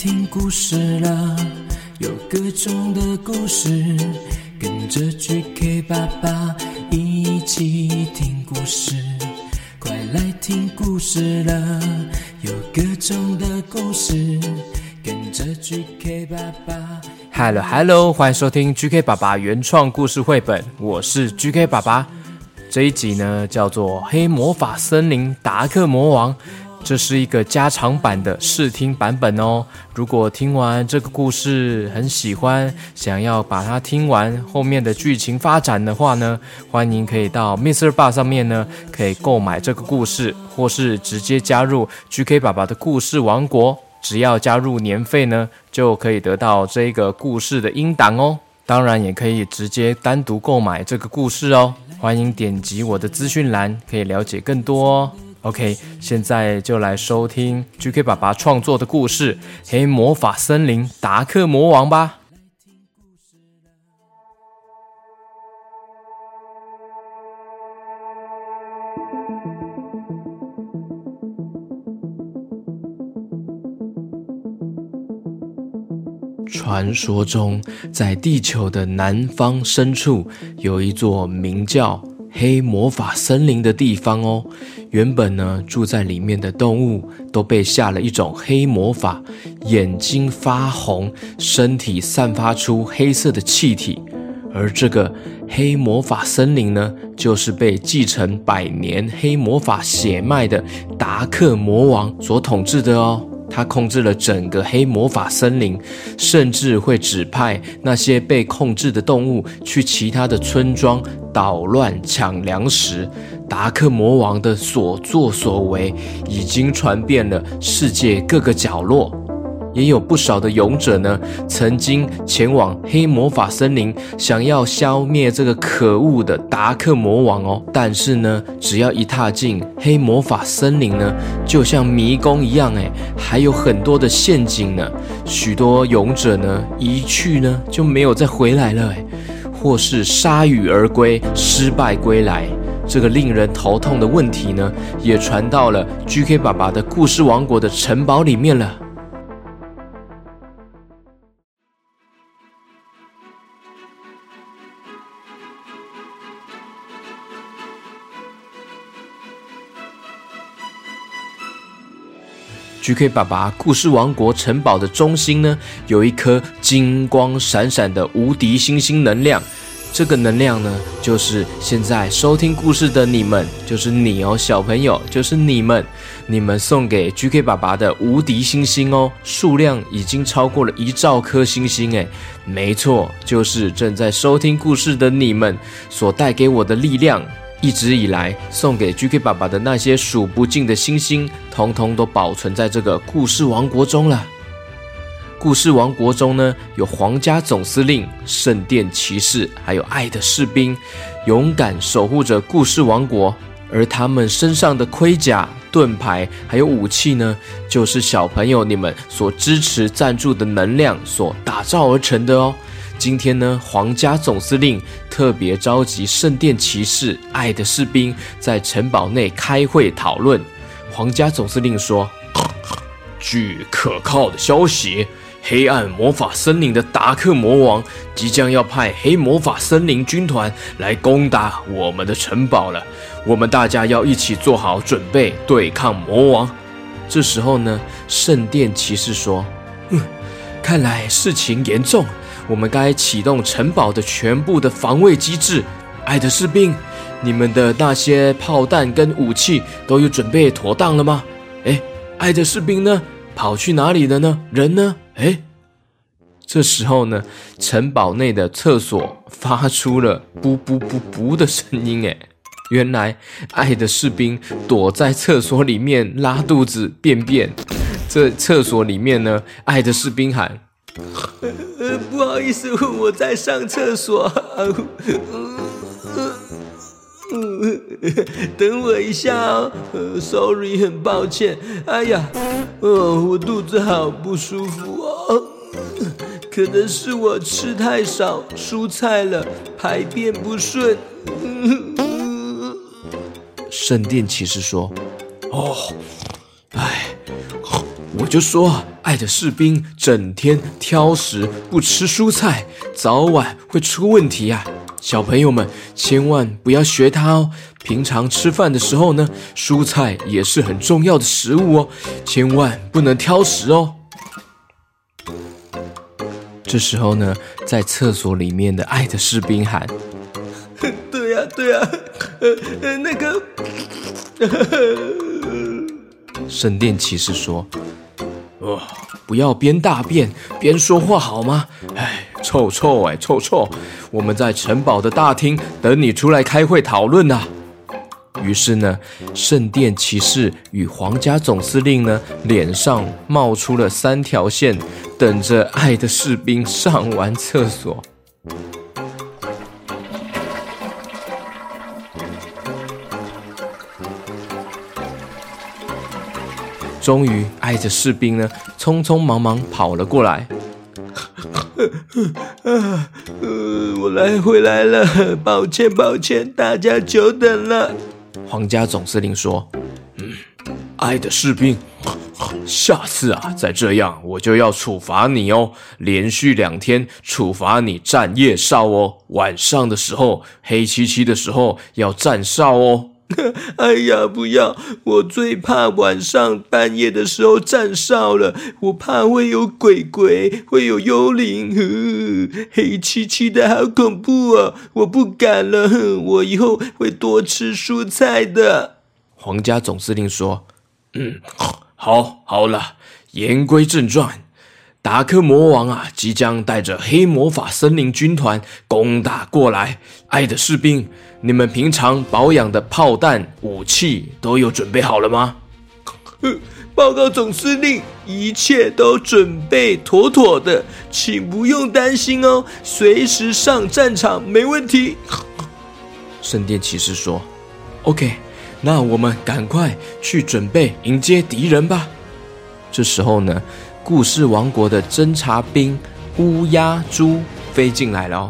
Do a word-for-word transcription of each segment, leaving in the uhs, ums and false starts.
听故事了，有各种的故事，跟着 G K 爸爸一起听故事。快来听故事了，有各种的故事，跟着 G K 爸爸。 Hello Hello， 欢迎收听 G K 爸爸原创故事绘本，我是 G K 爸爸。这一集呢叫做《黑魔法森林达克魔王》，这是一个加长版的试听版本哦。如果听完这个故事很喜欢，想要把它听完后面的剧情发展的话呢，欢迎可以到 Mister Bar 上面呢可以购买这个故事，或是直接加入 G K 爸爸的故事王国。只要加入年费呢，就可以得到这个故事的音档哦。当然也可以直接单独购买这个故事哦。欢迎点击我的资讯栏，可以了解更多哦。OK， 现在就来收听 G K 爸爸创作的故事《黑魔法森林达克魔王》吧。传说中，在地球的南方深处，有一座名叫黑魔法森林的地方哦。原本呢，住在里面的动物都被下了一种黑魔法，眼睛发红，身体散发出黑色的气体。而这个黑魔法森林呢，就是被继承百年黑魔法血脉的达克魔王所统治的哦。他控制了整个黑魔法森林，甚至会指派那些被控制的动物去其他的村庄捣乱抢粮食。达克魔王的所作所为已经传遍了世界各个角落，也有不少的勇者呢，曾经前往黑魔法森林，想要消灭这个可恶的达克魔王哦。但是呢，只要一踏进黑魔法森林呢，就像迷宫一样，哎，还有很多的陷阱呢。许多勇者呢，一去呢就没有再回来了，哎，或是铩羽而归，失败归来。这个令人头痛的问题呢，也传到了 G K 爸爸的故事王国的城堡里面了。G K 爸爸故事王国城堡的中心呢，有一颗金光闪闪的无敌星星能量。这个能量呢，就是现在收听故事的你们，就是你哦，小朋友，就是你们，你们送给 G K 爸爸的无敌星星哦，数量已经超过了一兆颗星星诶。没错，就是正在收听故事的你们所带给我的力量。一直以来送给 G K 爸爸的那些数不尽的星星，通通都保存在这个故事王国中了。故事王国中呢，有皇家总司令、圣殿骑士，还有爱的士兵，勇敢守护着故事王国。而他们身上的盔甲、盾牌还有武器呢，就是小朋友你们所支持赞助的能量所打造而成的哦。今天呢，皇家总司令特别召集圣殿骑士、爱的士兵在城堡内开会讨论。皇家总司令说，据可靠的消息，黑暗魔法森林的达克魔王即将要派黑魔法森林军团来攻打我们的城堡了，我们大家要一起做好准备对抗魔王。这时候呢，圣殿骑士说，嗯，看来事情严重，我们该启动城堡的全部的防卫机制。爱的士兵，你们的那些炮弹跟武器都有准备妥当了吗？诶，爱的士兵呢？跑去哪里了呢？人呢？诶，这时候呢，城堡内的厕所发出了噗噗噗噗的声音。诶，原来爱的士兵躲在厕所里面拉肚子便便。这厕所里面呢，爱的士兵喊， 呃，不好意思，我在上厕所，呃呃、等我一下哦、呃、，sorry， 很抱歉。哎呀，哦，我肚子好不舒服哦，可能是我吃太少蔬菜了，排便不顺。 圣殿骑士说，哦，哎，我就说爱的士兵整天挑食，不吃蔬菜，早晚会出问题啊！小朋友们千万不要学他哦。平常吃饭的时候呢，蔬菜也是很重要的食物哦，千万不能挑食哦。这时候呢，在厕所里面的爱的士兵喊：“ 对呀、啊，对呀、啊，呃呃，那个。” 圣殿骑士说：“哦，不要边大便边说话好吗？哎，臭臭哎，臭臭！我们在城堡的大厅等你出来开会讨论啊。”于是呢，圣殿骑士与皇家总司令呢，脸上冒出了三条线，等着爱的士兵上完厕所。终于，爱的士兵呢，匆匆忙忙跑了过来。 呃，我来回来了，抱歉抱歉，大家久等了。 皇家总司令说：“嗯，爱的士兵，下次啊再这样，我就要处罚你哦，连续两天处罚你站夜哨哦，晚上的时候黑漆漆的时候要站哨哦。” 哎呀，不要！我最怕晚上半夜的时候站哨了，我怕会有鬼鬼，会有幽灵，呵黑漆漆的好恐怖哦！我不敢了，我以后会多吃蔬菜的。 皇家总司令说：“嗯，好，好了，言归正传。达克魔王啊，即将带着黑魔法森林军团攻打过来。爱的士兵，你们平常保养的炮弹、武器都有准备好了吗？” 报告总司令，一切都准备妥妥的，请不用担心哦，随时上战场，没问题。 圣殿骑士说 ：“OK， 那我们赶快去准备迎接敌人吧。”这时候呢，故事王国的侦察兵乌鸦猪飞进来了哦。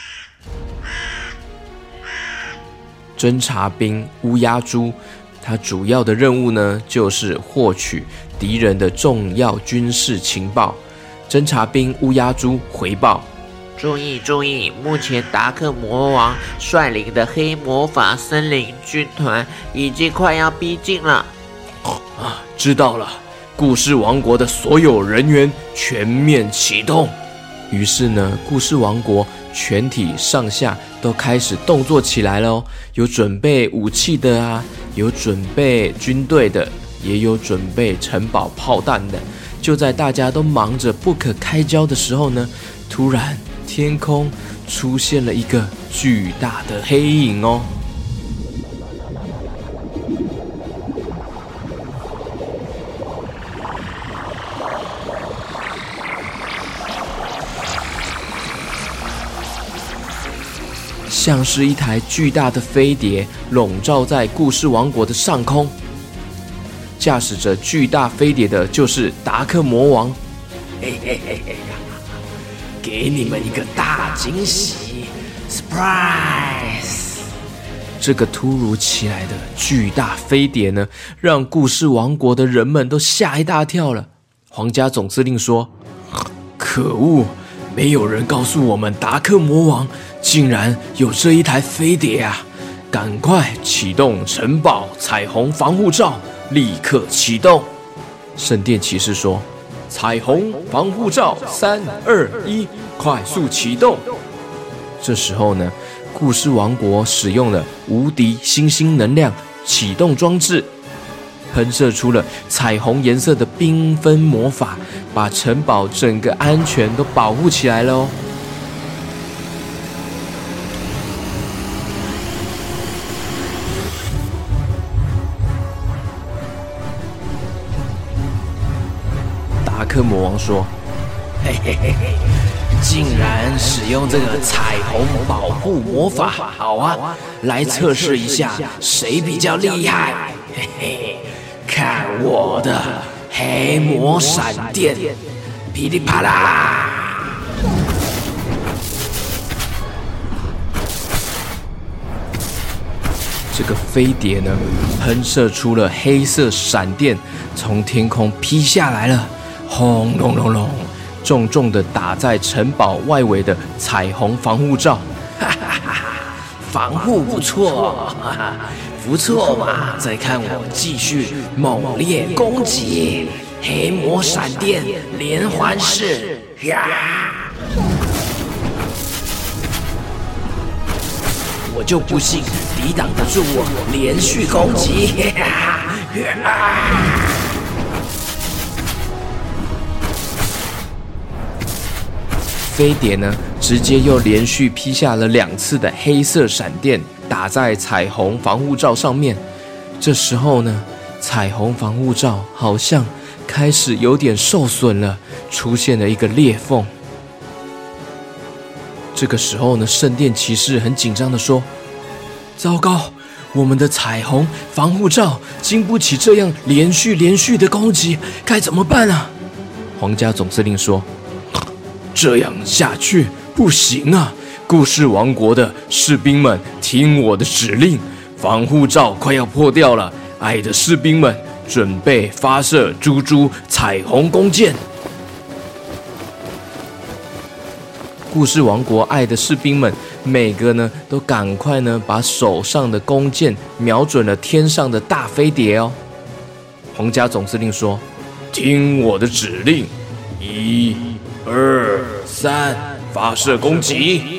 侦察兵乌鸦猪，它主要的任务呢，就是获取敌人的重要军事情报。侦察兵乌鸦猪回报： 注意注意，目前达克魔王率领的黑魔法森林军团已经快要逼近了。 啊，知道了。故事王国的所有人员全面启动。于是呢，故事王国全体上下都开始动作起来了哦。有准备武器的啊，有准备军队的，也有准备城堡炮弹的。就在大家都忙着不可开交的时候呢，突然天空出现了一个巨大的黑影哦。像是一台巨大的飞碟笼罩在故事王国的上空。驾驶着巨大飞碟的就是达克魔王。 嘿嘿嘿嘿，给你们一个大惊喜 ，surprise！ 这个突如其来的巨大飞碟呢，让故事王国的人们都吓一大跳了。皇家总司令说：“可恶！没有人告诉我们达克魔王竟然有这一台飞碟啊！赶快启动城堡彩虹防护罩，立刻启动！”圣殿骑士说：“彩虹防护罩，三二一，快速启动！”这时候呢，故事王国使用了无敌星星能量启动装置，喷射出了彩虹颜色的缤纷魔法，把城堡整个安全都保护起来了哦。达克魔王说：“ 嘿嘿嘿嘿，竟然使用这个彩虹保护魔法，好啊，来测试一下谁比较厉害。嘿嘿，看我的黑魔闪电，噼里啪啦！” 这个飞碟呢，喷射出了黑色闪电，从天空劈下来了。 轰隆隆隆，重重地打在城堡外围的彩虹防护罩。 哈哈哈哈，防护不错，哈哈，不错嘛！再看我继续猛烈攻击，黑魔闪电连环式呀！我就不信抵挡得住我连续攻击！ 飞碟呢，直接又连续劈下了两次的黑色闪电，打在彩虹防护罩上面。这时候呢，彩虹防护罩好像开始有点受损了，出现了一个裂缝。这个时候呢，圣殿骑士很紧张地说：“糟糕，我们的彩虹防护罩经不起这样连续连续的攻击，该怎么办啊？”皇家总司令说：“这样下去不行啊！故事王国的士兵们，听我的指令，防护罩快要破掉了，爱的士兵们准备发射猪猪彩虹弓箭。”故事王国爱的士兵们，每个呢都赶快呢把手上的弓箭瞄准了天上的大飞碟哦。皇家总司令说：“听我的指令，一、二、三，发射攻击！”